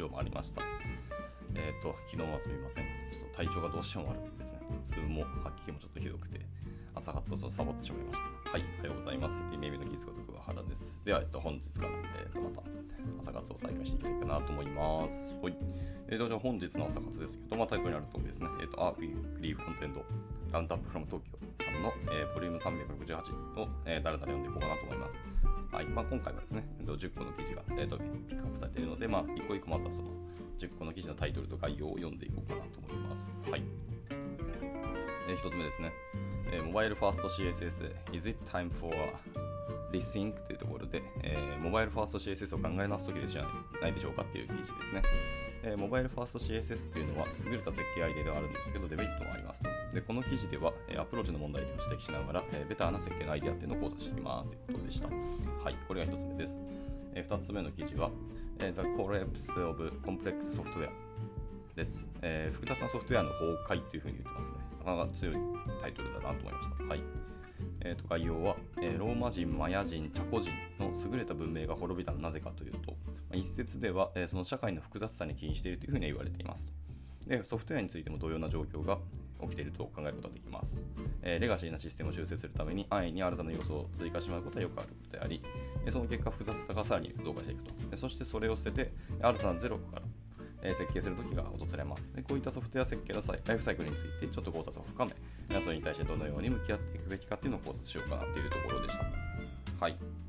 症状もありました。昨日はすみません。ちょっと体調がどうしても悪くてですね、頭痛も吐き気もちょっとひどくて、朝活をサボってしまいました。はい、おはようございます。耳のキースこと桑原です。では、本日から、また朝活を再開していきたいかなと思います。はい。じゃあ本日の朝活ですけど、タイトルにある通りですね、アービークリーフロントエンドラウンドアップフロム東京さんの、ボリューム368を、だらだら読んでいこうかなと思います。はい。今回はですね、10個の記事が、ピックアップされているので、一個一個まずはその10個の記事のタイトルと概要を読んでいこうかなと思います。はい。1つ目ですね。モバイルファースト CSS Is it time for Rethink というところで、モバイルファースト CSS を考え直すときでじゃないでしょうかっていう記事ですね。モバイルファースト CSS というのは優れた設計アイデアではあるんですけど、デメリットもありますと。で、この記事では、アプローチの問題点を指摘しながら、ベターな設計のアイデアっていうのを考察していますということでした。はい、これが1つ目です。2つ目の記事は、The Collapse of Complex Software です。複雑なソフトウェアの崩壊というふうに言ってますね。なかなか強いタイトルだなと思いました。はい。概要は、ローマ人、マヤ人、チャコ人の優れた文明が滅びたのはなぜかというと、一説では、その社会の複雑さに起因しているというふうに言われています。で、ソフトウェアについても同様な状況が起きていると考えることができます。レガシーなシステムを修正するために安易に新たな要素を追加してしまうことはよくあることであり、その結果複雑さがさらに増加していくと。そしてそれを捨てて新たなゼロから設計するときが訪れます。でこういったソフトウェア設計のライフサイクルについてちょっと考察を深め、それに対してどのように向き合っていくべきかっていうのを考察しようかなというところでした。はい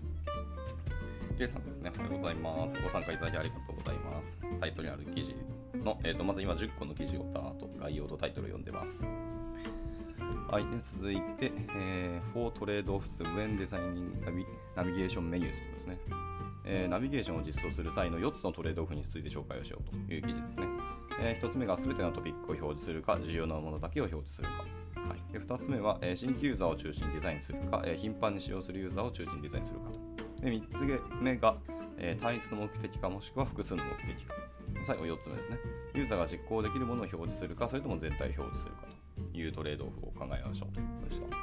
。K さんですね。おはようございます。ご参加いただきありがとうございます。タイトルにある記事の、まず今10個の記事を概要とタイトルを読んでます。はい。で続いて、For Trade-offs when designing navigation menus ということですね。ナビゲーションを実装する際の4つのトレードオフについて紹介をしようという記事ですね。1つ目が全てのトピックを表示するか、重要なものだけを表示するか。はい、で2つ目は、新規ユーザーを中心にデザインするか、頻繁に使用するユーザーを中心にデザインするかと。で3つ目が、単一の目的かもしくは複数の目的か。最後4つ目ですね。ユーザーが実行できるものを表示するか、それとも全体を表示するかというトレードオフを考えましょうということでした。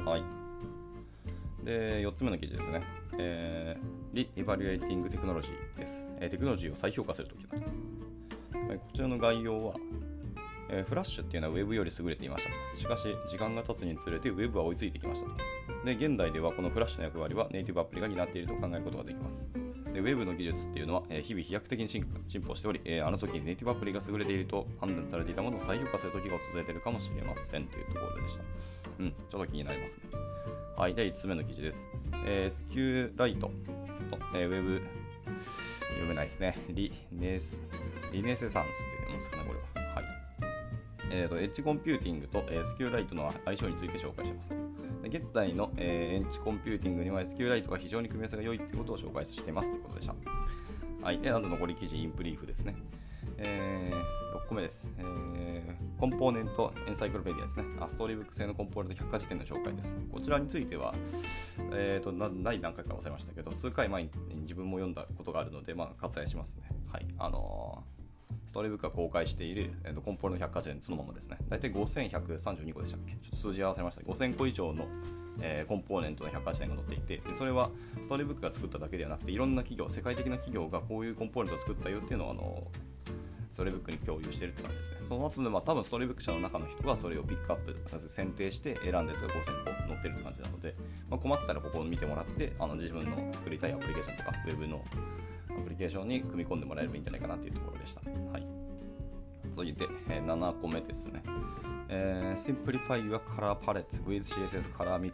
はい。で、4つ目の記事ですね。Re-Evaluating Technology です。テクノロジーを再評価するときだと。こちらの概要は、フラッシュっていうのは Web より優れていましたと。しかし、時間が経つにつれて Web は追いついてきましたと。で、現代ではこのフラッシュの役割はネイティブアプリが担っていると考えることができます。で、Web の技術っていうのは、日々飛躍的に進歩しており、あの時ネイティブアプリが優れていると判断されていたものを再評価する時が訪れているかもしれませんというところでした。ちょっと気になりますね。はい、で5つ目の記事です。SQLite と、Web 読めないですね。リネセサンスっていうのですかね、これは。はい。エッジコンピューティングと SQLite の相性について紹介しています。現代の、エッジコンピューティングには SQLite が非常に組み合わせが良いということを紹介していますということでした。はい。で、残り記事、インプリーフですね。6個目です。コンポーネントエンサイクロペディアですね。ストーリーブック製のコンポーネント百科事典の紹介です。こちらについては、何回か忘れましたけど、数回前に自分も読んだことがあるので、割愛しますね。はい。ストーリーブックが公開している、コンポーネント百科事典そのままですね。大体5132個でしたっけ？ちょっと数字合わせました。5000個以上の、コンポーネントの百科事典が載っていて、でそれはストーリーブックが作っただけではなくて、いろんな企業、世界的な企業がこういうコンポーネントを作ったよっていうのをストーリーブックに共有しているって感じですね。その後で多分ストーリーブック社の中の人がそれをピックアップ、選定して選んだやつが5000個載ってるって感じなので、困ったらここを見てもらって、自分の作りたいアプリケーションとか、ウェブのアプリケーションに組み込んでもらえればいいんじゃないかなというところでした。はい。続いて、7個目ですね。Simplify your color palette with CSS color mix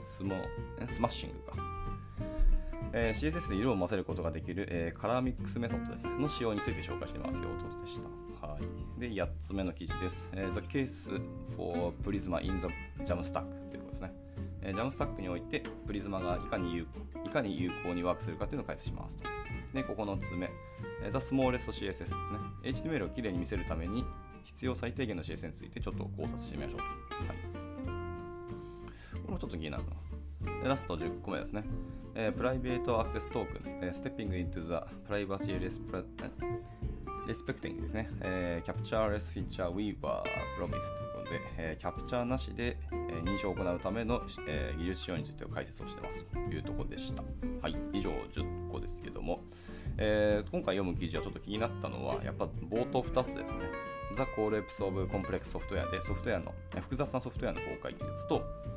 smashing か。CSS で色を混ぜることができる、カラーミックスメソッドですねの使用について紹介していますよということでした。はい。で、8つ目の記事です。The case for Prisma in the Jamstack ということですね。Jamstack においてプリズマがいかに有効にワークするかというのを解説しますと。で、9つ目、The Smallest CSS ですね。HTML をきれいに見せるために必要最低限の CSS についてちょっと考察してみましょうと。はい。これもちょっと気になるな。でラスト10個目ですね。プライベートアクセストークン、Stepping into the Privacy Respecting ですね。Captureless Feature We Were Promised ということで、キャプチャーなしで、認証を行うための、技術仕様について解説をしてますというところでした。はい、以上10個ですけども、今回読む記事はちょっと気になったのは、やっぱ冒頭2つですね。The Collapse of Complex Software でソフトウェアの複雑なソフトウェアの崩壊技術と、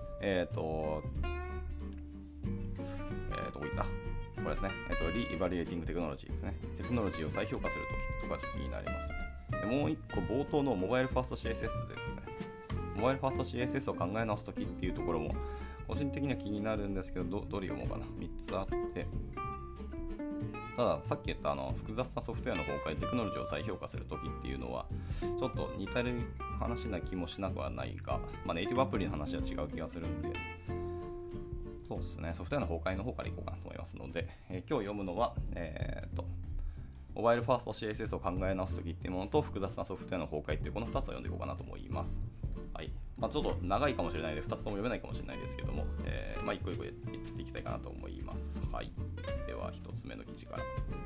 どこいったこれですね。Re-Evaluating Technology ですね。テクノロジーを再評価するときとかちょっと気になりますね。でもう一個冒頭のモバイルファースト CSS ですね。モバイルファースト CSS を考え直すときっていうところも個人的には気になるんですけど、どれ読もうかな。3つあって。たださっき言った複雑なソフトウェアの崩壊、テクノロジーを再評価するときっていうのはちょっと似たる話な気もしなくはないが、ネイティブアプリの話は違う気がするんで、そうですね、ソフトウェアの崩壊の方からいこうかなと思いますので、今日読むのは、モバイルファースト CSS を考え直すときっていうものと複雑なソフトウェアの崩壊っていうこの2つを読んでいこうかなと思います。はい。ちょっと長いかもしれないので2つとも読めないかもしれないですけども、一個一個言っていきたいかなと思います。はい。では1つ目の記事から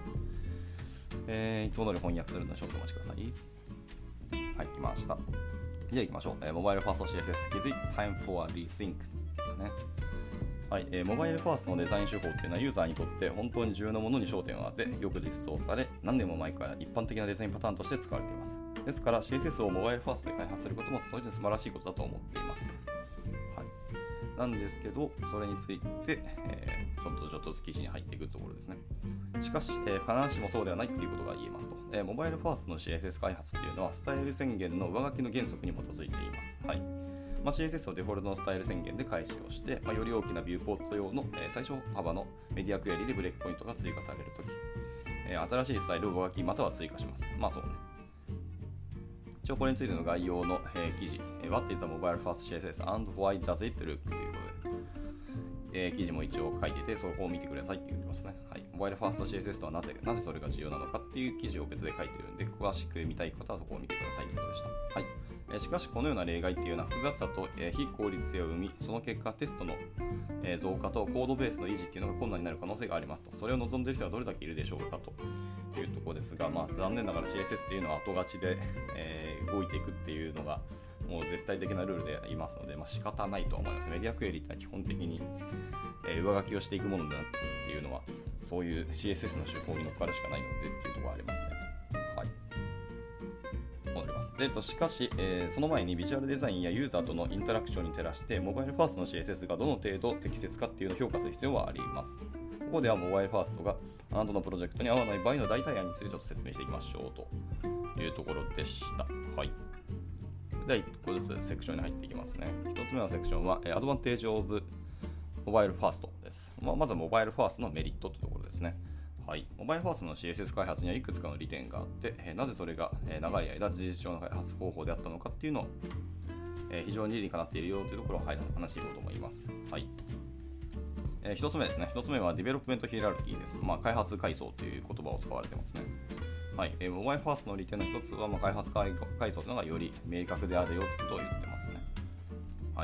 。いつも通り翻訳するので少々お待ちください。はい、来ました。じゃあ行きましょう。モバイルファースト CSS Is it time for a rethink? ですね。はい、モバイルファーストのデザイン手法というのはユーザーにとって本当に重要なものに焦点を当て、よく実装され、何年も前から一般的なデザインパターンとして使われています。ですから CSS をモバイルファーストで開発することもそれで素晴らしいことだと思っています。はい、なんですけど、それについて、ちょっとずつ記事に入っていくところですね。しかし、必ずしもそうではないということが言えますと。モバイルファーストの CSS 開発というのはスタイル宣言の上書きの原則に基づいています。はい。CSS をデフォルトのスタイル宣言で開始をして、より大きなビューポート用の、最小幅のメディアクエリでブレイクポイントが追加されるとき、新しいスタイルを上書きまたは追加します。そうね。一応これについての概要の、記事、What is a mobile first CSS and why does it look? ということで、記事も一応書いてて、そこを見てくださいって言ってますね。はい。モバイルファースト CSS とはなぜそれが重要なのかっていう記事を別で書いてるんで、詳しく見たい方はそこを見てくださいということでした。はい。しかしこのような例外っていうのは複雑さと非効率性を生み、その結果テストの増加とコードベースの維持っていうのが困難になる可能性がありますと。それを望んでいる人はどれだけいるでしょうかというところですが、残念ながら CSS っていうのは後勝ちで、動いていくっていうのがもう絶対的なルールでありますので、仕方ないと思います。メディアクエリってのは基本的に、上書きをしていくものだっていうのは、そういう CSS の手法に乗っかるしかないのでっていうところがありますね。はい。しかし、その前にビジュアルデザインやユーザーとのインタラクションに照らしてモバイルファーストの CSS がどの程度適切かっていうのを評価する必要はあります。ここではモバイルファーストがあなたのプロジェクトに合わない場合の代替案についてちょっと説明していきましょうというところでした。はい。では1個ずつセクションに入っていきますね。1つ目のセクションはアドバンテージオブモバイルファーストです。まずはモバイルファーストのメリットというところですね。はい、モバイルファーストの CSS 開発にはいくつかの利点があって、なぜそれが長い間事実上の開発方法であったのかっていうのを、非常に理にかなっているよというところを、話していこうと思います。はい。1つ目ですね。1つ目はディベロップメントヒエラルキーです。開発階層という言葉を使われてますね。はい。モバイルファーストの利点の1つは、開発階層というのがより明確であるよということを言ってますね。はい。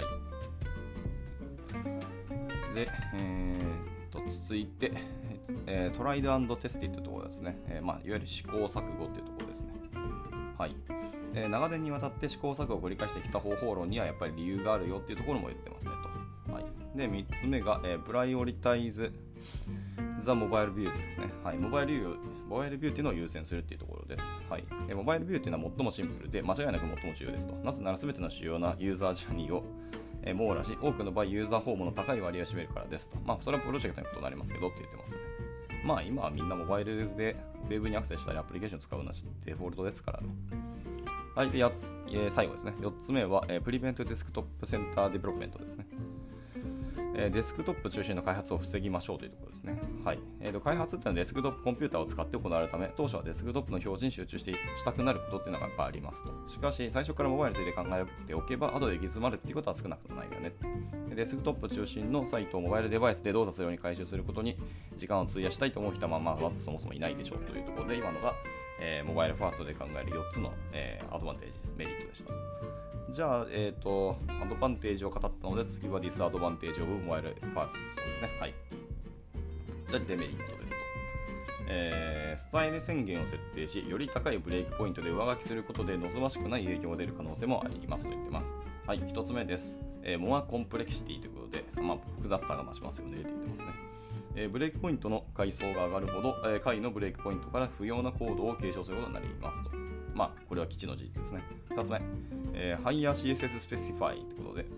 で、続いて、トライド&テスティというところですね。いわゆる試行錯誤というところですね。はい。長年にわたって試行錯誤を繰り返してきた方法論にはやっぱり理由があるよっていうところも言ってますねと。はい。で、3つ目が、プライオリタイズ・ザ・モバイル・ビューズですね。はい。モバイルビューっていうのを優先するっていうところです。はい。モバイルビューっていうのは最もシンプルで間違いなく最も重要ですと。なぜなら全ての主要なユーザージャーニーを網羅し、多くの場合ユーザーホームの高い割合を占めるからですと。それはプロジェクトのことになりますけどって言ってますね。今はみんなモバイルでウェブにアクセスしたりアプリケーションを使うのはデフォルトですからね。はい、で最後ですね。4つ目は、プリベントデスクトップセンターデベロップメントですね。デスクトップ中心の開発を防ぎましょうというところですね。はい。開発っていうのはデスクトップコンピューターを使って行われるため、当初はデスクトップの表示に集中したくなることっていうのがやっぱありますと。しかし、最初からモバイルについて考えておけば、後で行き詰まるっていうことは少なくともないよね。デスクトップ中心のサイトをモバイルデバイスで動作するように回収することに時間を費やしたいと思う人はまずそもそもいないでしょうというところで、今のが、モバイルファーストで考える4つの、アドバンテージ、メリットでした。じゃあ、アドバンテージを語ったので、次はディスアドバンテージオブモバイルファーストですね。はい。じゃあ、デメリットですと。 スタイル宣言を設定し、より高いブレイクポイントで上書きすることで望ましくない影響が出る可能性もありますと言ってます。はい、1つ目です。モアコンプレキシティということで、複雑さが増しますよねと言ってますね。ブレイクポイントの階層が上がるほど、下位のブレイクポイントから不要なコードを継承することになりますと。これは基地の事実ですね。2つ目、Higher CSS Specify ということで、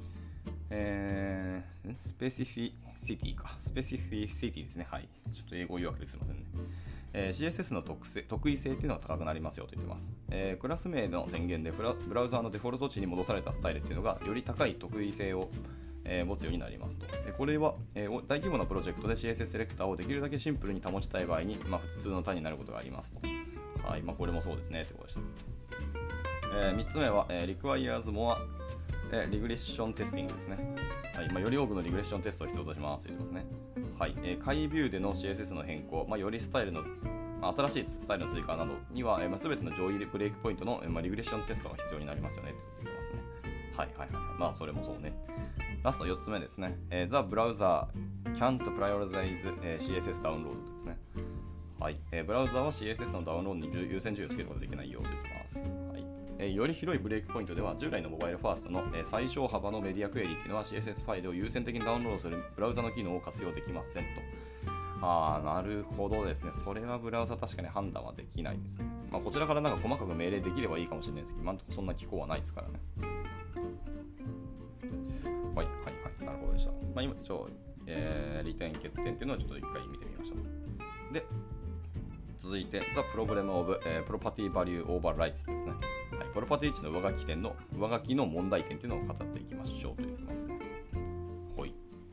スペシフィシティですね。はい。ちょっと英語弱くてすみませんね。CSS の特異性っていうのが高くなりますよと言ってます。クラス名の宣言でブラウザーのデフォルト値に戻されたスタイルっていうのがより高い特異性を、持つようになりますと。これは、大規模なプロジェクトで CSS セレクターをできるだけシンプルに保ちたい場合に、普通の単になることがありますと。はい。これもそうですねということでした。3つ目は、Requires Moreリグレッションテスティングですね。はい。より多くのリグレッションテストを必要としますと言ってますね。はい。下位ビューでの CSS の変更、よりスタイルの、新しいスタイルの追加などには、全ての上位ブレイクポイントの、リグレッションテストが必要になりますよねと言ってますね。はい。それもそうね。ラスト4つ目ですね。The browser can't prioritize CSS ダウンロードですね。はい。ブラウザーは CSS のダウンロードに優先順位をつけることができないよと言ってます。はい。より広いブレイクポイントでは、従来のモバイルファーストの最小幅のメディアクエリっていうのは CSS ファイルを優先的にダウンロードするブラウザの機能を活用できませんと。なるほどですね。それはブラウザ確かに判断はできないですね。こちらから細かく命令できればいいかもしれないですけど、今のところそんな機構はないですからね。はい。なるほどでした。今、利点欠点っていうのをちょっと一回見てみました。で、続いて、The Problem of Property Value Overrides ですね。はい、プロパティ値の上書きの問題点というのを語っていきましょうと言ってますね。はい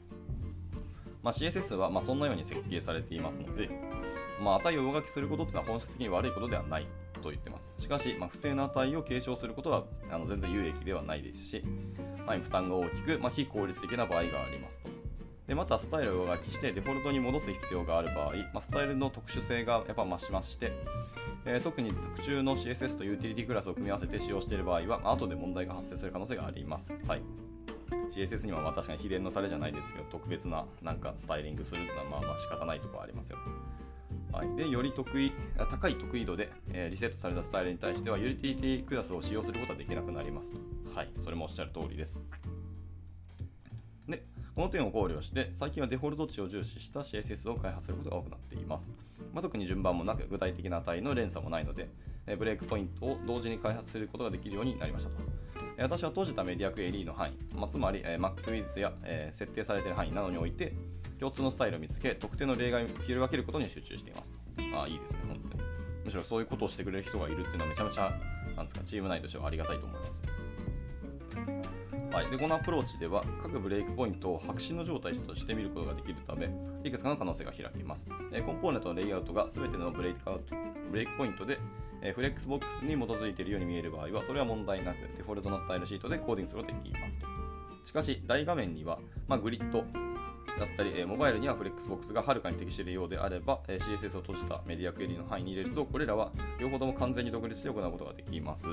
。CSS はそんなように設計されていますので、値を上書きすることというのは本質的に悪いことではないと言ってます。しかし、不正な値を継承することは全然有益ではないですし、負担が大きく、非効率的な場合がありますと。でまた、スタイルを上書きしてデフォルトに戻す必要がある場合、スタイルの特殊性がやっぱ増しまして、特に特注の CSS とユーティリティクラスを組み合わせて使用している場合は、後で問題が発生する可能性があります。はい。CSS には確かに秘伝のタレじゃないですけど、特別なスタイリングするのは仕方ないところはありますよね。はい。で、より高い得意度で、リセットされたスタイルに対しては、ユーティリティクラスを使用することはできなくなりますと。はい。それもおっしゃる通りです。で、この点を考慮して、最近はデフォルト値を重視した CSS を開発することが多くなっています。特に順番もなく具体的な値の連鎖もないので、ブレイクポイントを同時に開発することができるようになりましたと。私は閉じたメディアクエリの範囲、つまり MaxWidth や設定されている範囲などにおいて、共通のスタイルを見つけ、特定の例外を切り分けることに集中していますと。いいですね、本当に。むしろそういうことをしてくれる人がいるっていうのはめちゃめちゃ、チーム内としてはありがたいと思います。はい、でこのアプローチでは各ブレイクポイントを白紙の状態として見ることができるため、いくつかの可能性が開きます。コンポーネントのレイアウトが全てのブレイクポイントでフレックスボックスに基づいているように見える場合は、それは問題なくデフォルトのスタイルシートでコーディングすることができますと。しかし、大画面には、グリッドだったり、モバイルにはフレックスボックスがはるかに適しているようであれば、CSS を閉じたメディアクエリの範囲に入れると、これらは両方とも完全に独立して行うことができます。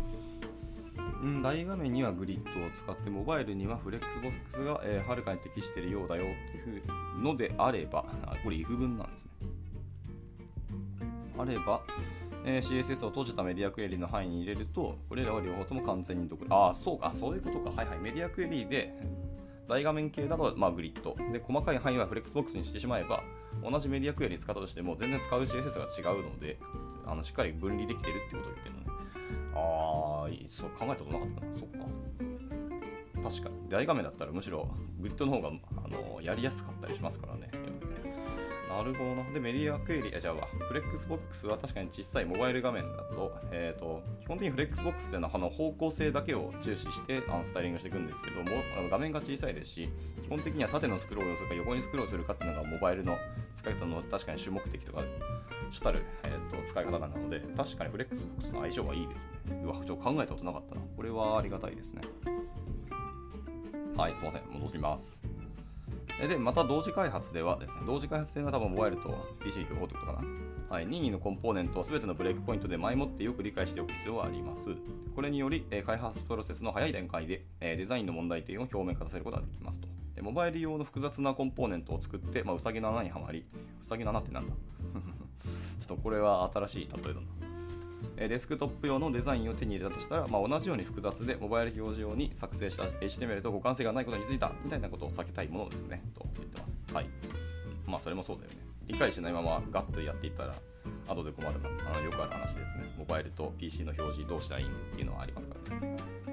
大画面にはグリッドを使って、モバイルにはフレックスボックスが、はるかに適しているようだよっていうのであれば、これ if 文なんですね。あれば、CSS を閉じたメディアクエリの範囲に入れると、これらは両方とも完全に独立。そういうことか。メディアクエリで大画面系だと、グリッドで、細かい範囲はフレックスボックスにしてしまえば、同じメディアクエリ使ったとしても全然使う CSS が違うので、しっかり分離できてるってことを言ってるのね。そう考えたことなかったな。そっか。確かに。大画面だったらむしろグリッドの方がやりやすかったりしますからね。なるほどな。で、メディアクエリ、フレックスボックスは確かに小さいモバイル画面だと、基本的にフレックスボックスというのは方向性だけを重視してスタイリングしていくんですけども、画面が小さいですし、基本的には縦のスクロールをするか横にスクロールするかっていうのがモバイルの使い方の確かに主目的とか主たる、使い方なので、確かにフレックスボックスの相性はいいですね。ちょっと考えたことなかったな。これはありがたいですね。はい、すいません。戻します。 で、また同時開発ではですね、同時開発というのは多分モバイルと PC 両方ということかな。はい、任意のコンポーネントを全てのブレイクポイントで前もってよく理解しておく必要があります。これにより、開発プロセスの早い段階で、デザインの問題点を表面化させることができますと。モバイル用の複雑なコンポーネントを作って、うさぎの穴にはまり、うさぎの穴ってなんだちょっとこれは新しい例えだな。デスクトップ用のデザインを手に入れたとしたら、同じように複雑でモバイル表示用に作成した HTML と互換性がないことに気づいたみたいなことを避けたいものですねと言ってます。はい。それもそうだよね。理解しないままガッとやっていったら後で困るな。よくある話ですね。モバイルと PC の表示どうしたらいいっていうのはありますからね。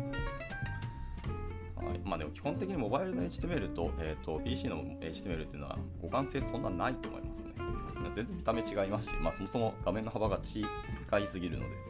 はい。でも基本的にモバイルの HTML と、PC の HTML っていうのは互換性そんなないと思いますね。全然見た目違いますし、そもそも画面の幅が違いすぎるので。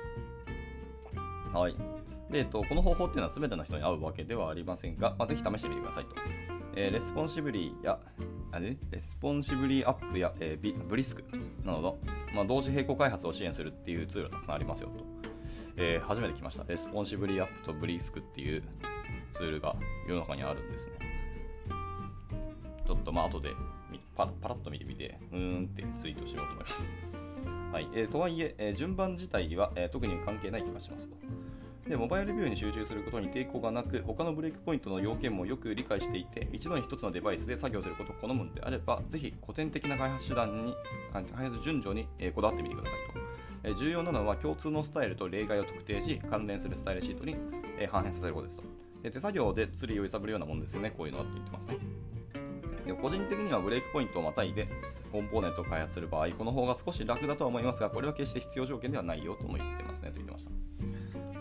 はい。で、この方法っていうのは全ての人に合うわけではありませんが、ぜひ試してみてくださいと。レスポンシブリアップや、ブリスクなどの、同時並行開発を支援するっていうツールがたくさんありますよと。初めて来ました。レスポンシブリアップとブリスクっていうツールが世の中にあるんですね。ちょっと後でパラッと見てみて、ってツイートしようと思います。はい。とはいえ、順番自体は、特に関係ない気がしますと。で、モバイルビューに集中することに抵抗がなく、他のブレイクポイントの要件もよく理解していて、一度に一つのデバイスで作業することを好むのであれば、ぜひ古典的な開発順序にこだわってみてくださいと。重要なのは共通のスタイルと例外を特定し、関連するスタイルシートに反映させることですと。手作業でツリーを揺さぶるようなものですよね、こういうのはって言ってますね。で個人的にはブレイクポイントをまたいでコンポーネントを開発する場合、この方が少し楽だとは思いますが、これは決して必要条件ではないよとも言ってますねと言ってました。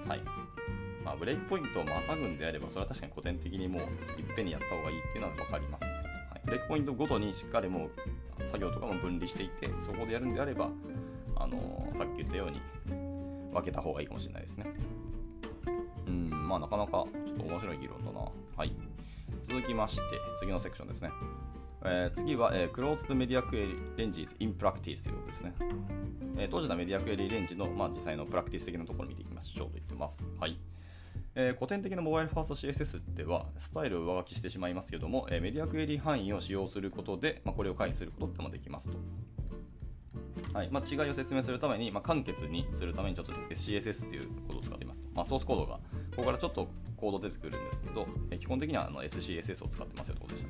はい。ブレイクポイントをまたぐんであれば、それは確かに古典的にもういっぺんにやった方がいいっていうのは分かりますね。はい、ブレイクポイントごとにしっかりもう作業とかも分離していて、そこでやるんであれば、さっき言ったように分けた方がいいかもしれないですね。なかなかちょっと面白い議論だな。はい。続きまして、次のセクションですね。次は、Closed Media Query Ranges in Practice ということですね。当時のメディアクエリレンジの、実際のプラクティス的なところを見ていきましょうと言ってます。はい。古典的なモバイルファースト CSS ではスタイルを上書きしてしまいますけども、メディアクエリ範囲を使用することで、これを回避することってもできますと。はい。違いを説明するために、簡潔にするためにちょっと CSS というコードを使っていますと。ソースコードがここからちょっとコード出てくるんですけど、基本的にはSCSS を使ってますよということでした。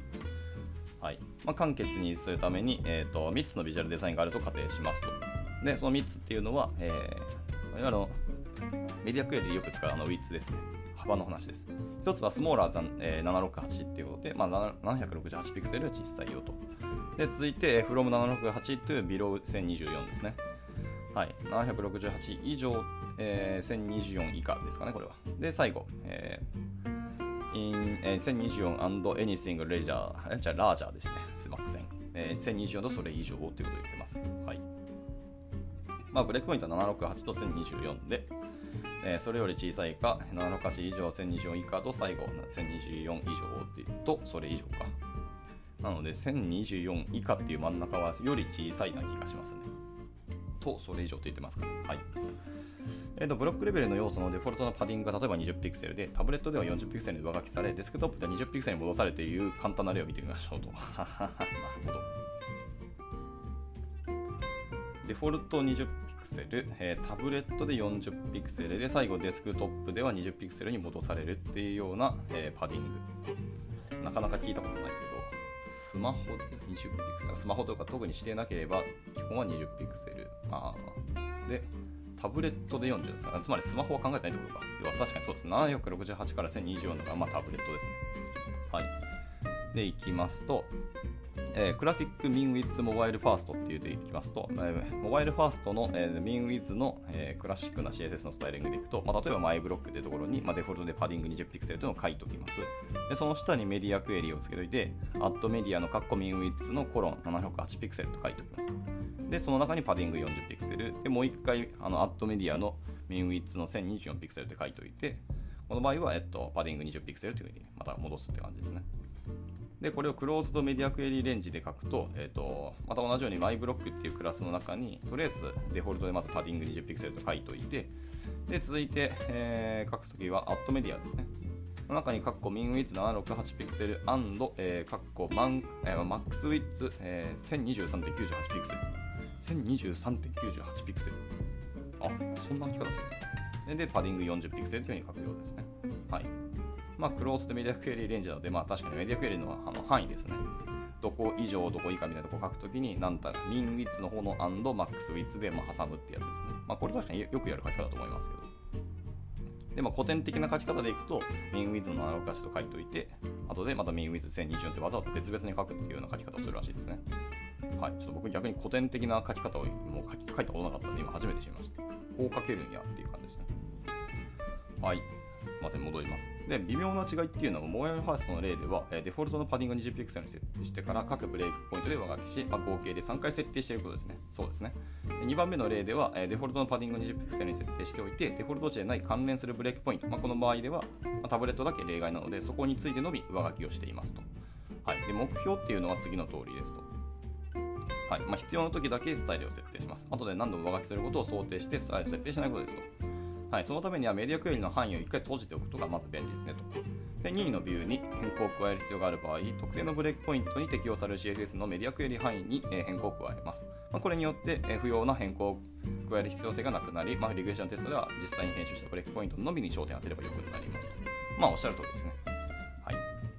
はい。簡潔にするために、3つのビジュアルデザインがあると仮定しますと。で、その3つっていうのは、メディアクエリでよく使うウィッツですね。幅の話です。1つはスモーラーザン、768っていうことで、768ピクセル小さいよと。で、続いて、from 768 to below 1024ですね。はい。768以上、1024以下ですかね、これは。で、最後、1024 and anything larger ですね。すいません。1024とそれ以上ということを言ってます。はい。ブレイクポイントは768と1024で、それより小さいか、768以上、1024以下と最後、1024以上とそれ以上か。なので、1024以下っていう真ん中はより小さいな気がしますね。と、それ以上と言ってますから。はい。ブロックレベルの要素のデフォルトのパディングが例えば20ピクセルで、タブレットでは40ピクセルに上書きされ、デスクトップでは20ピクセルに戻されている簡単な例を見てみましょうと。なるほど。デフォルト20ピクセル、タブレットで40ピクセルで、最後デスクトップでは20ピクセルに戻されるっていうような、パディング。なかなか聞いたことないけど、スマホで20ピクセル、スマホとか特にしてなければ、基本は20ピクセル。で、タブレットで40ですから、つまりスマホは考えてないってことか。要は確かにそうです。768から1024だから、タブレットですね。はい。で、いきますと、クラシックミンウィッツモバイルファーストっていうでいきますと、モバイルファーストの、ミンウィッツの、クラシックな CSS のスタイリングでいくと、例えばマイブロックというところに、デフォルトでパディング20ピクセルというのを書いておきます。で、その下にメディアクエリをつけておいて、アットメディアのミンウィッツのコロン708ピクセルと書いておきます。で、その中にパディング40ピクセル。で、もう一回、アットメディアのミンウィッツの1024ピクセルって書いておいて、この場合は、パディング20ピクセルというふうにまた戻すって感じですね。で、これをクローズドメディアクエリレンジで書くと、また同じようにマイブロックっていうクラスの中に、とりあえずデフォルトでまずパディング20ピクセルと書いておいて、で、続いて、書くときはアットメディアですね。 の中にミンウィッツ768ピクセルマックスウィッツ、1023.98 ピクセル。1023.98 ピクセル。あ、そんな書き方する。で、パディング40ピクセルというふうに書くようですね。はい。クローズドメディアクエリレンジなので、確かにメディアクエリの範囲ですね。どこ以上、どこ以下みたいなところを書くときに、ミンウィッツの方のマックスウィッツで挟むってやつですね。これ確かによくやる書き方だと思いますけど。で、古典的な書き方でいくと、ミンウィッツの768と書いておいて、後でまたミンウィッツ1024ってわざわざ別々に書くっていうような書き方をするらしいですね。はい。ちょっと僕逆に古典的な書き方をもう書いたことなかったので、今初めて知りました。こう書けるんやっていう感じですね。はい。戻ります。で、微妙な違いっていうのは、モバイルファーストの例では、デフォルトのパディング20ピクセルに設定してから各ブレイクポイントで上書きし、合計で3回設定していることですね。そうですね。2番目の例では、デフォルトのパディング20ピクセルに設定しておいて、デフォルト値でない関連するブレイクポイント、この場合では、タブレットだけ例外なので、そこについてのみ上書きをしていますと。はい。で、目標っていうのは次の通りですと。はい。必要な時だけスタイルを設定します。後で何度も上書きすることを想定してスタイルを設定しないことですと。はい、そのためにはメディアクエリの範囲を1回閉じておくことがまず便利ですねと。で、任意のビューに変更を加える必要がある場合、特定のブレイクポイントに適用される CSS のメディアクエリ範囲に変更を加えます。これによって不要な変更を加える必要性がなくなり、リグレッションテストでは実際に編集したブレイクポイントのみに焦点を当てればよくなりますと。おっしゃる通りですね。はい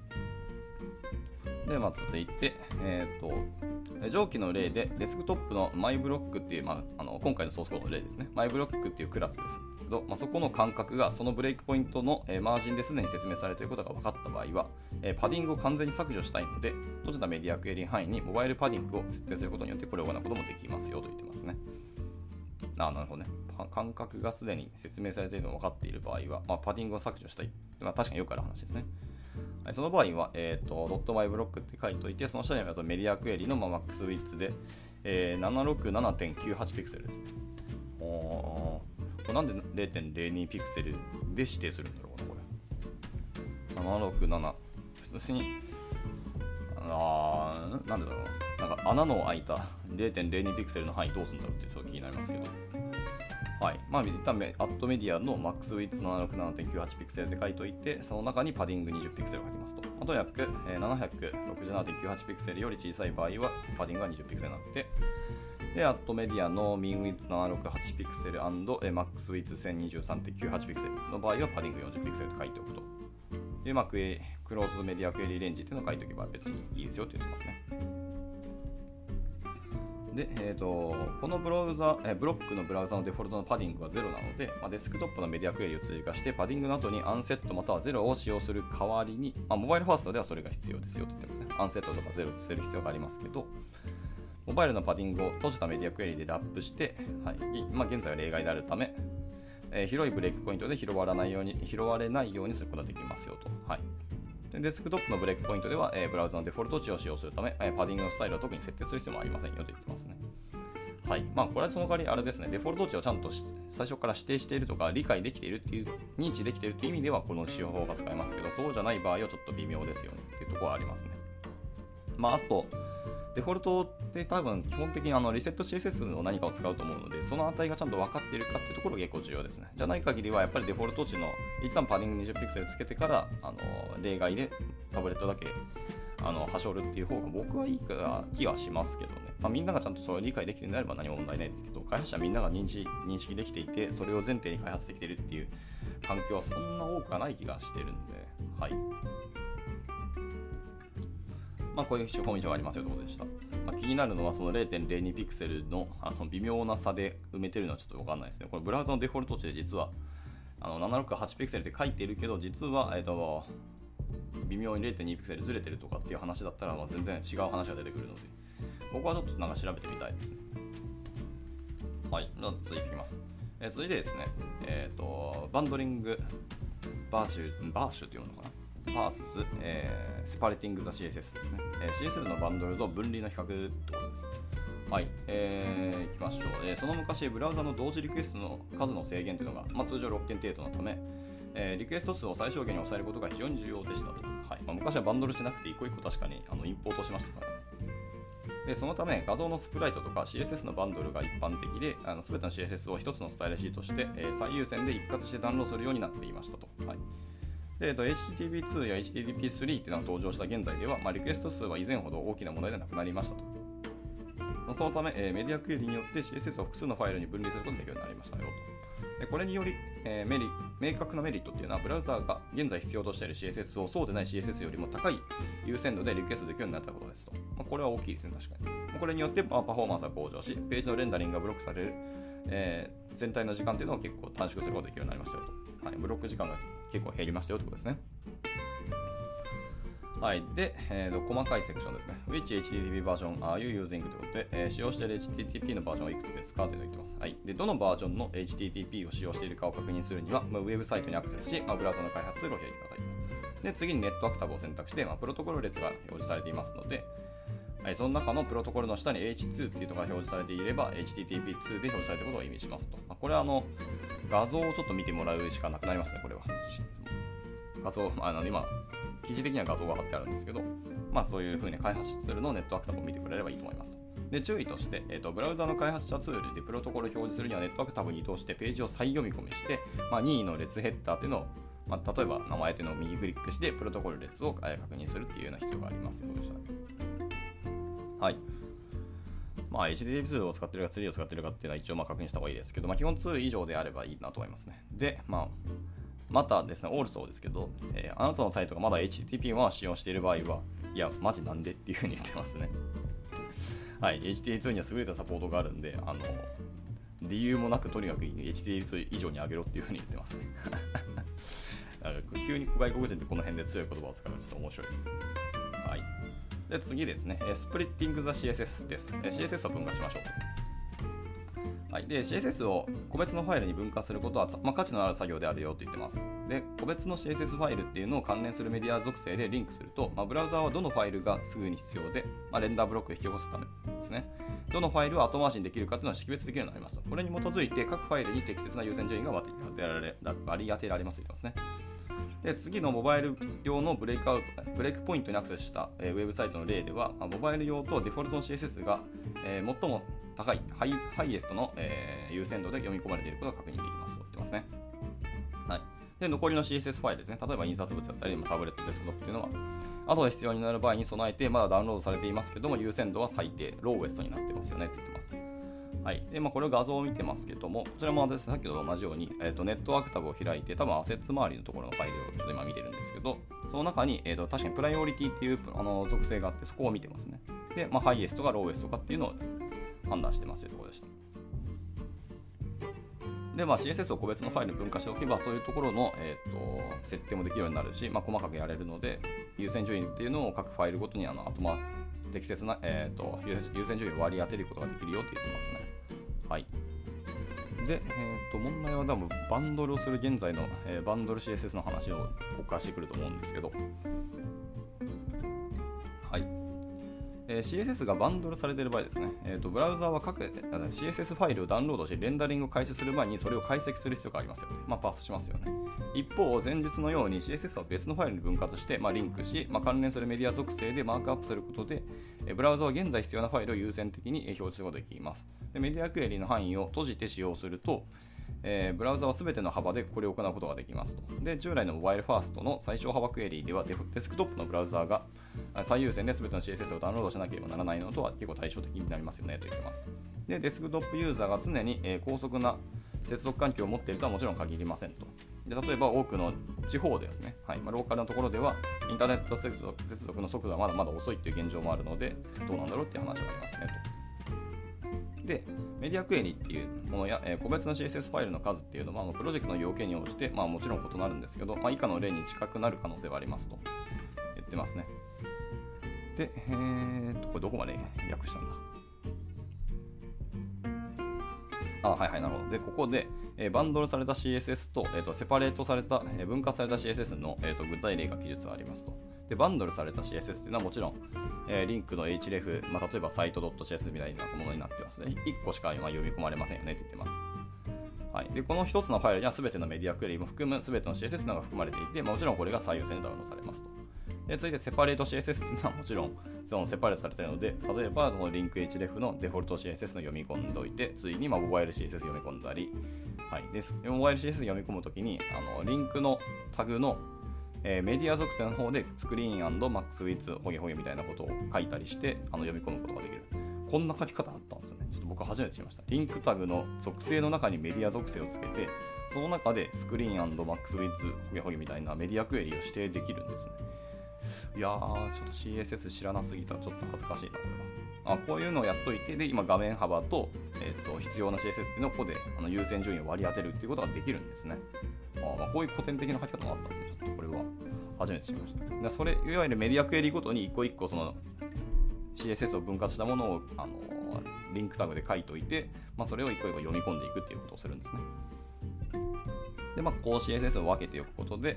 。で、続いて、上記の例でデスクトップのマイブロックっていう、今回のソースコードの例ですね。マイブロックっていうクラスですけど、そこの間隔がそのブレイクポイントのマージンですでに説明されていることが分かった場合は、パディングを完全に削除したいので、閉じたメディアクエリ範囲にモバイルパディングを設定することによってこれを行うこともできますよと言ってますね。なるほどね。間隔がすでに説明されているのが分かっている場合は、パディングを削除したい。確かによくある話ですね。その場合は、.myblock って書いておいて、その下にはメディアクエリのマックスウィッツで、767.98 ピクセルですね。これなんで 0.02 ピクセルで指定するんだろうな、これ。767。普通に、なんでだろう。穴の開いた 0.02 ピクセルの範囲どうするんだろうってちょっと気になりますけど。はい。一旦アットメディアのマックスウィッツ 767.98 ピクセルって書いておいて、その中にパディング20ピクセルを書きますと。とにかく 767.98 ピクセルより小さい場合はパディングが20ピクセルになって、で、アットメディアのミンウィッツ768ピクセル&マックスウィッツ 1023.98 ピクセルの場合はパディング40ピクセルと書いておくと。で、クローズドメディアクエリレンジっていうのを書いておけば別にいいですよって言ってますね。で、このブロックのブラウザのデフォルトのパディングは0なので、デスクトップのメディアクエリを追加して、パディングの後にアンセットまたは0を使用する代わりに、モバイルファーストではそれが必要ですよと言ってますね。アンセットとか0とする必要がありますけど、モバイルのパディングを閉じたメディアクエリでラップして、はい現在は例外であるため、広いブレイクポイントで拾われないようにすることができますよと。はい。でデスクトップのブレイクポイントでは、ブラウザのデフォルト値を使用するため、パディングのスタイルは特に設定する必要もありませんよと言ってますね。はい。これはその代わりあれですね、デフォルト値をちゃんと最初から指定しているとか、理解できているっていう、認知できているっていう意味では、この手法が使えますけど、そうじゃない場合はちょっと微妙ですよねっていうところはありますね。あと、デフォルトって多分基本的にリセット CSS の何かを使うと思うので、その値がちゃんと分かっているかっていうところが結構重要ですね。じゃない限りはやっぱりデフォルト値の一旦パディング20ピクセルつけてから例外でタブレットだけはしょるっていう方が僕はいい気はしますけどね。みんながちゃんとそれを理解できているのであれば何も問題ないですけど、開発者はみんなが認識できていて、それを前提に開発できているっていう環境はそんな多くはない気がしてるんで、はい。こういう手法以上ありますよということでした。気になるのはその 0.02 ピクセルの微妙な差で埋めてるのはちょっと分かんないですね。これブラウザのデフォルト値で実は768ピクセルって書いてるけど、実は微妙に 0.2 ピクセルずれてるとかっていう話だったら全然違う話が出てくるので、僕はちょっと調べてみたいですね。はい、続いていきます。続いてですね、バンドリングバーシュっていうのかな。パース、セパレティング・ザ・ CSS ですね。CSS のバンドルと分離の比較ってことです。はい、いきましょう。その昔、ブラウザの同時リクエストの数の制限というのが、通常6件程度のため、リクエスト数を最小限に抑えることが非常に重要でしたと。はい昔はバンドルしなくて一個一個確かにインポートしましたからね。でそのため画像のスプライトとか CSS のバンドルが一般的で、全ての CSS を一つのスタイルシートとして、最優先で一括してダウンロードするようになっていましたと。はいで、HTTP2 や HTTP3 っていうのが登場した現在では、リクエスト数は以前ほど大きな問題ではなくなりましたと。そのため、メディアクエリによって CSS を複数のファイルに分離することができるようになりましたよと。でこれにより、明確なメリットっていうのは、ブラウザーが現在必要としている CSS をそうでない CSS よりも高い優先度でリクエストできるようになったことですと。これは大きいですね、確かに。これによって、パフォーマンスが向上し、ページのレンダリングがブロックされる、全体の時間っていうのを結構短縮することができるようになりましたよと。ブロック時間が結構減りましたよということですね。はい。で、細かいセクションですね。Which HTTP バージョン are you using ということで、使用している HTTP のバージョンはいくつですかというのを言ってます。はい。で、どのバージョンの HTTP を使用しているかを確認するには、ウェブサイトにアクセスし、ブラウザの開発ツールを開いてください。で、次にネットワークタブを選択して、プロトコル列が表示されていますので、その中のプロトコルの下に H2 っていうのが表示されていれば HTTP2 で表示されていることを意味しますと。これは画像をちょっと見てもらうしかなくなりますね、これは。画像、今、記事的には画像が貼ってあるんですけど、そういう風に開発ツールのネットワークタブを見てくれればいいと思いますと。で、注意として、ブラウザの開発者ツールでプロトコルを表示するにはネットワークタブに移動してページを再読み込みして、任意の列ヘッダーっていうのを、例えば名前というのを右クリックしてプロトコル列を確認するっていうような必要がありますということでした。はい。HTTP2 を使っているか3を使っているかっていうのは一応確認した方がいいですけど、基本2以上であればいいなと思いますね。で、またですね、オールソーですけど、あなたのサイトがまだ HTTP1 を使用している場合は、いや、マジなんでっていうふうに言ってますね。はい、HTTP2 には優れたサポートがあるんで、理由もなくとにかく HTTP2 以上に上げろっていうふうに言ってますね。急に外国人ってこの辺で強い言葉を使うのちょっと面白いです。はい。で、次ですね、スプリッティング・ザ・ CSS です。CSS を分化しましょう。はい、で CSS を個別のファイルに分化することは、価値のある作業であるよと言ってます。で、個別の CSS ファイルっていうのを関連するメディア属性でリンクすると、ブラウザーはどのファイルがすぐに必要で、レンダーブロックを引き起こすためですね。どのファイルを後回しにできるかというのを識別できるようになりますと。これに基づいて各ファイルに適切な優先順位が割り当てられますと言ってますね。で、次のモバイル用のブレイクポイントにアクセスした、ウェブサイトの例では、モバイル用とデフォルトの CSS が、最も高いハイエストの、優先度で読み込まれていることが確認できますと言ってますね。はい。で、残りの CSS ファイルですね。例えば印刷物だったり、タブレットデスクトップというのは、後で必要になる場合に備えて、まだダウンロードされていますけども、優先度は最低、ローエストになってますよねって言ってます。はい。で、これを画像を見てますけども、こちらもですね、先ほどと同じように、ネットワークタブを開いて、多分アセッツ周りのところのファイルをちょっと今見てるんですけど、その中に、確かにプライオリティっていう属性があって、そこを見てますね。で、ハイエストかローエストかっていうのを判断してますというところでした。で、CSS を個別のファイルに分化しておけば、そういうところの、設定もできるようになるし、細かくやれるので、優先順位っていうのを各ファイルごとに適切な、優先順位を割り当てることができるよって言ってますね。はい。で、問題は多分バンドルをする現在の、バンドル CSS の話をここからしてくると思うんですけど、はい。CSS がバンドルされている場合ですね、ブラウザーは各 CSS ファイルをダウンロードし、レンダリングを開始する前にそれを解析する必要がありますよね。パースしますよね。一方、前述のように CSS は別のファイルに分割して、リンクし、関連するメディア属性でマークアップすることで、ブラウザは現在必要なファイルを優先的に表示することができます。でメディアクエリの範囲を閉じて使用すると、ブラウザは全ての幅でこれを行うことができますと。で、従来のモバイルファーストの最小幅クエリではデスクトップのブラウザーが最優先で全ての CSS をダウンロードしなければならないのとは結構対照的になりますよねと言ってます。で、デスクトップユーザーが常に高速な接続環境を持っているとはもちろん限りませんと。で例えば多くの地方でですね、ローカルなところではインターネット接続の速度はまだまだ遅いという現状もあるので、どうなんだろうっていう話がありますねと。で、メディアクエリっていうものや、個別の CSS ファイルの数っていうのは、プロジェクトの要件に応じて、もちろん異なるんですけど、以下の例に近くなる可能性はありますと言ってますね。で、これどこまで訳したんだ。なるほど。で、ここで、バンドルされた CSS と、セパレートされた、分割された CSS の、具体例が記述ありますと。で、バンドルされた CSS っていうのはもちろん、リンクの href、例えば site.cs みたいなものになってますね。1個しか読み込まれませんよねって言ってます。はい、でこの1つのファイルには全てのメディアクエリも含む全ての CSS などが含まれていて、もちろんこれが最優先でダウンロードされますと。で続いてセパレート CSS っていうのはもちろんそのセパレートされているので、例えばこのリンク href のデフォルト CSS の読み込んでおいて、ついにモバイル CSS 読み込んだり、はい、でモバイル CSS 読み込むときにリンクのタグのメディア属性の方でスクリーン&マックスウィッツホゲホゲみたいなことを書いたりして読み込むことができる。こんな書き方あったんですよね。ちょっと僕は初めて知りました。リンクタグの属性の中にメディア属性をつけて、その中でスクリーン&マックスウィッツホゲホゲみたいなメディアクエリを指定できるんですね。いやー、ちょっと CSS 知らなすぎたらちょっと恥ずかしいな、これは。こういうのをやっといて、で、今画面幅と、必要な CSS っていうのをここで優先順位を割り当てるっていうことができるんですね。こういう古典的な書き方もあったんですよ。ちょっとこれは初めて知りました。でそれ、いわゆるメディアクエリごとに一個一個その CSS を分割したものをリンクタグで書いておいて、それを一個一個読み込んでいくっていうことをするんですね。で、こう CSS を分けておくことで、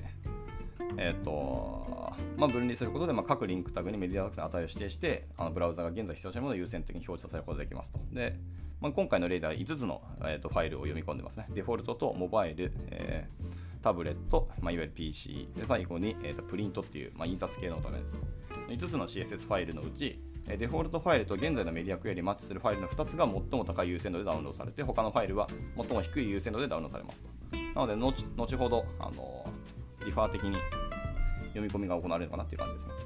分離することで、各リンクタグにメディア属性の値を指定して、ブラウザが現在必要としているものを優先的に表示させることができますと。で、今回の例では5つの、ファイルを読み込んでますね。デフォルトとモバイル、タブレット、いわゆる PC、で最後に、プリントっていう、印刷系のお互いです。5つの CSS ファイルのうち、デフォルトファイルと現在のメディアクエリマッチするファイルの2つが最も高い優先度でダウンロードされて、他のファイルは最も低い優先度でダウンロードされますと。なので、後ほど、リファー的に読み込みが行われるかなっていう感じですね。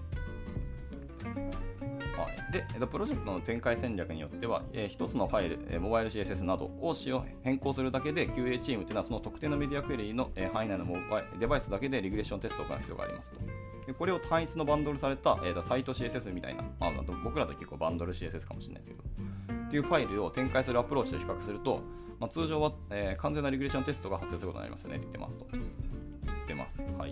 で、プロジェクトの展開戦略によっては、1つのファイル、モバイル CSS などを変更するだけで QA チームというのはその特定のメディアクエリの範囲内のデバイスだけでリグレッションテストを行う必要がありますと。でこれを単一のバンドルされた、サイト CSS みたいな、僕らと結構バンドル CSS かもしれないですけど、っていうファイルを展開するアプローチと比較すると、通常は、完全なリグレッションテストが発生することになりますよねって言ってますと。言ってます。はい。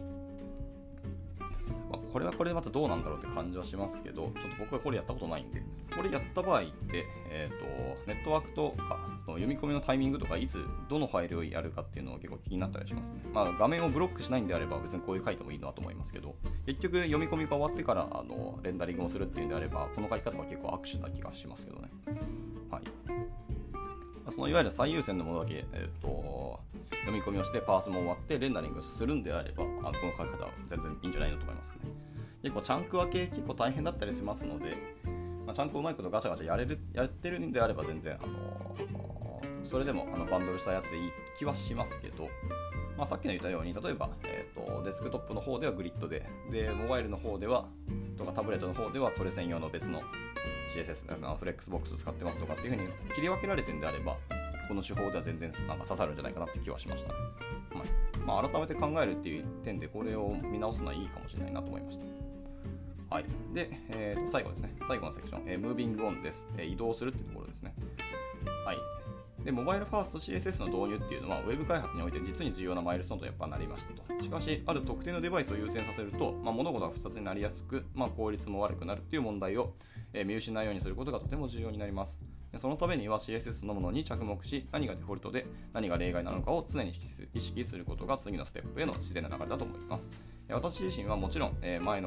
これはこれでまたどうなんだろうって感じはしますけど、ちょっと僕はこれやったことないんで、これやった場合って、ネットワークとかその読み込みのタイミングとかいつどのファイルをやるかっていうのが結構気になったりしますね。画面をブロックしないんであれば別にこういう書いてもいいなと思いますけど、結局読み込みが終わってからレンダリングをするっていうんであれば、この書き方は結構握手な気がしますけどね。はい。そのいわゆる最優先のものだけ、読み込みをしてパースも終わってレンダリングするんであれば、この書き方は全然いいんじゃないのと思いますね。結構チャンク分け結構大変だったりしますので、チャンクをうまいことガチャガチャやってるんであれば全然それでもバンドルしたやつでいい気はしますけど、さっきの言ったように例えば、デスクトップの方ではグリッドで、モバイルの方ではとかタブレットの方ではそれ専用の別の CSS フレックスボックス使ってますとかっていう風に切り分けられてるんであれば、この手法では全然刺さるんじゃないかなって気はしましたね。改めて考えるっていう点でこれを見直すのはいいかもしれないなと思いました。はい。で、最後ですね。最後のセクション、Moving On です。移動するっていうところですね。はい。で、モバイルファースト CSS の導入っていうのは、ウェブ開発において実に重要なマイルストーンとやっぱなりましたと。しかし、ある特定のデバイスを優先させると、物事が複雑になりやすく、効率も悪くなるっていう問題を、見失うようにすることがとても重要になります。そのためには CSS のものに着目し、何がデフォルトで何が例外なのかを常に意識することが次のステップへの自然な流れだと思います。私自身はもちろん、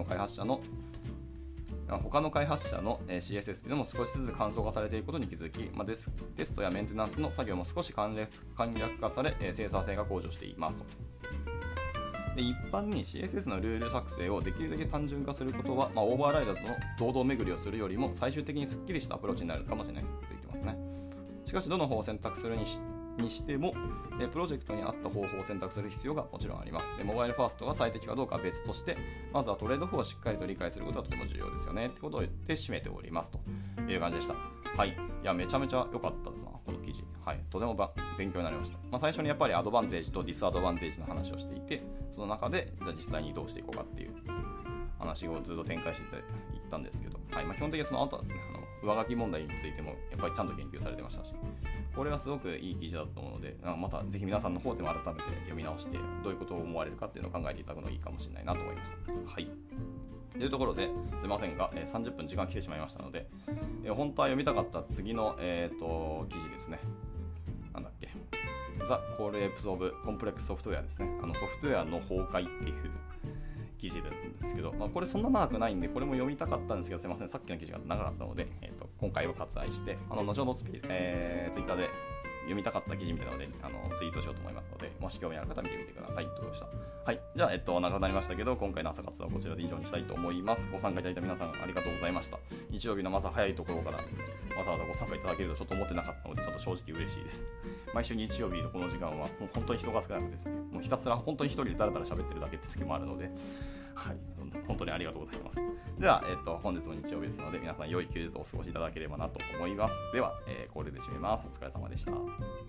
他の開発者の CSS というのも少しずつ簡素化されていることに気づき、テストやメンテナンスの作業も少し簡略化され、生産性が向上していますと。で一般に CSS のルール作成をできるだけ単純化することは、オーバーライダーズの堂々巡りをするよりも最終的にスッキリしたアプローチになるかもしれないと言ってますね。しかしどの方を選択するにしても、プロジェクトに合った方法を選択する必要がもちろんあります。モバイルファーストが最適かどうかは別として、まずはトレードオフをしっかりと理解することがとても重要ですよねってことを言って締めておりますという感じでした。はい。いや、めちゃめちゃ良かったですな、この記事。はい。とても勉強になりました。最初にやっぱりアドバンテージとディスアドバンテージの話をしていて、その中でじゃあ実際にどうしていこうかっていう話をずっと展開していったんですけど、はい。基本的にその後はですね、上書き問題についてもやっぱりちゃんと研究されてましたし、これはすごくいい記事だと思うので、またぜひ皆さんの方でも改めて読み直してどういうことを思われるかっていうのを考えていただくのがいいかもしれないなと思いました。はい。というところですいませんが、30分時間来てしまいましたので、本当は読みたかった次の、記事ですね。なんだっけ。The Collapse of Complex Software ですね。ソフトウェアの崩壊っていう記事なんですけど、これそんな長くないんで、これも読みたかったんですけど、すいません、さっきの記事が長かったので、今回は割愛して、後ほどTwitter で読みたかった記事みたいなのでツイートしようと思いますので、もし興味ある方は見てみてくださいということでした。はい。じゃあ、長くなりましたけど、今回の朝活はこちらで以上にしたいと思います。ご参加いただいた皆さんありがとうございました。日曜日の朝早いところからわざわざご参加いただけるとちょっと思ってなかったので、ちょっと正直嬉しいです。毎週日曜日のこの時間はもう本当に人が少なくですね、もうひたすら本当に一人でだらだら喋ってるだけって時もあるので、はい、本当にありがとうございます。では、本日も日曜日ですので、皆さん良い休日をお過ごしいただければなと思います。では、これで締めます。お疲れ様でした。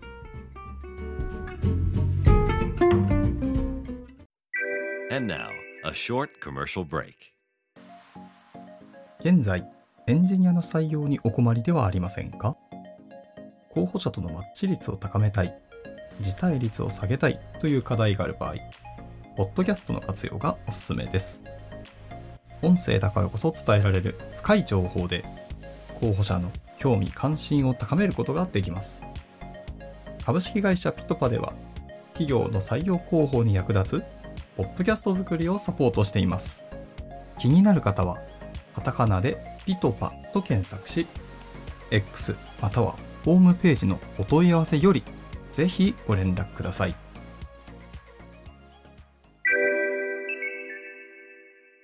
And now, a short commercial break. 現在、エンジニアの採用にお困りではありませんか？候補者とのマッチ率を高めたい、辞退率を下げたいという課題がある場合、ポッドキャストの活用がおすすめです。音声だからこそ伝えられる深い情報で、候補者の興味関心を高めることができます。株式会社ピトパでは、企業の採用広報に役立つポッドキャスト作りをサポートしています。気になる方は、カタカナでピトパと検索し、X またはホームページのお問い合わせよりぜひご連絡ください。